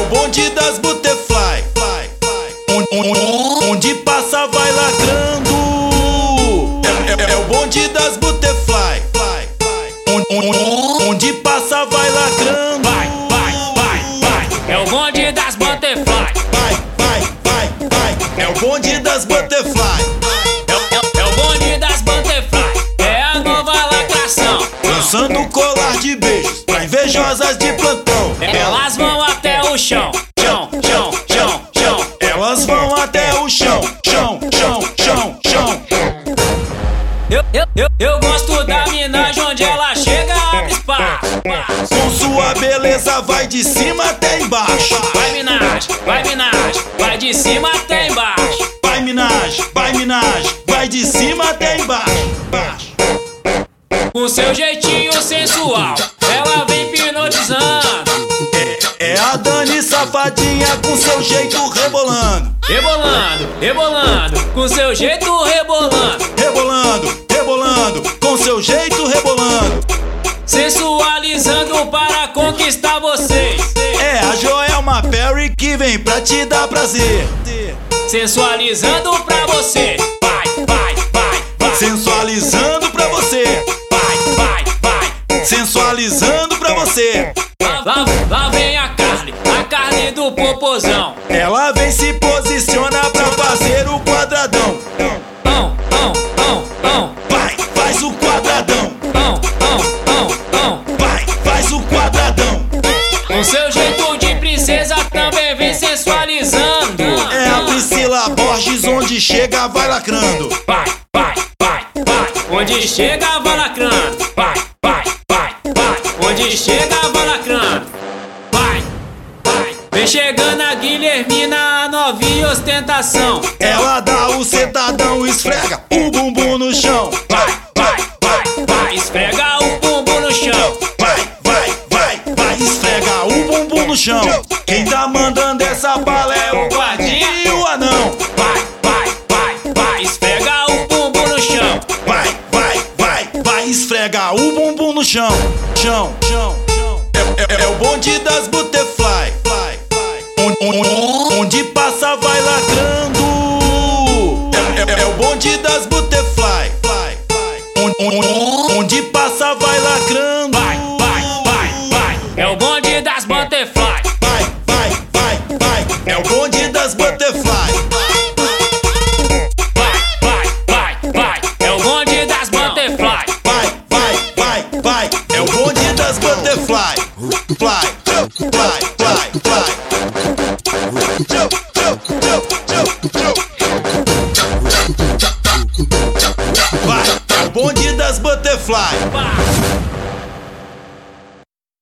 bonde das butterfly. Onde passa vai lacrando. É o bonde das butterfly. Onde passa vai lacrando. Vai. É o bonde das butterfly. Vai. É o bonde das butterfly. É o bonde das butterfly. É a nova lacração. Lançando colar de beijos pra invejosas de plantão. Elas vão até o chão. Chão. Elas vão até o chão. Chão. Eu gosto da minagem onde ela chega, abre espaço. Com sua beleza vai de cima até embaixo. Vai minagem, vai de cima até embaixo. Vai minagem, vai de cima até embaixo. Com seu jeitinho sensual, ela vem hipnotizando. É a Dani safadinha com seu jeito rebolando. Rebolando, com seu jeito rebolando. Rebolando, com seu jeito rebolando. Sensualizando para conquistar vocês. É a Joelma Perry que vem pra te dar prazer. Sensualizando pra você. Vai. Sensualizando pra você. Vai. Sensualizando pra você. Lá vem a Carly do popozão. Ela vem se posiciona pra fazer o quadradão. Vai, faz o quadradão. Vai, faz o quadradão. Com seu jeito de princesa também vem sensualizando. É a Priscila Borges, onde chega vai lacrando. Vai. Onde chega vai lacrando. Vai. Onde chega vai lacrando. Vai. Vem chegando a Guilhermina, a novinha ostentação. Ela dá o sentadão, esfrega o bumbum no chão. Vai. Esfrega o bumbum no chão. Vai, esfrega o bumbum no chão. Quem tá mandando essa bala é o guardinha e o anão. Vai, esfrega o bumbum no chão. Vai, esfrega o bumbum no chão. Chão. É o bonde das butterfly. Onde passa vai lacrando. É o bonde das butterfly. Onde passa vai lacrando. Vai. É o bonde das butterfly. Vai. É o bonde das butterfly. Vai. É o bonde das butterfly. Vai. É o bonde das butterfly. Fly. Vai, é o bonde das butterfly.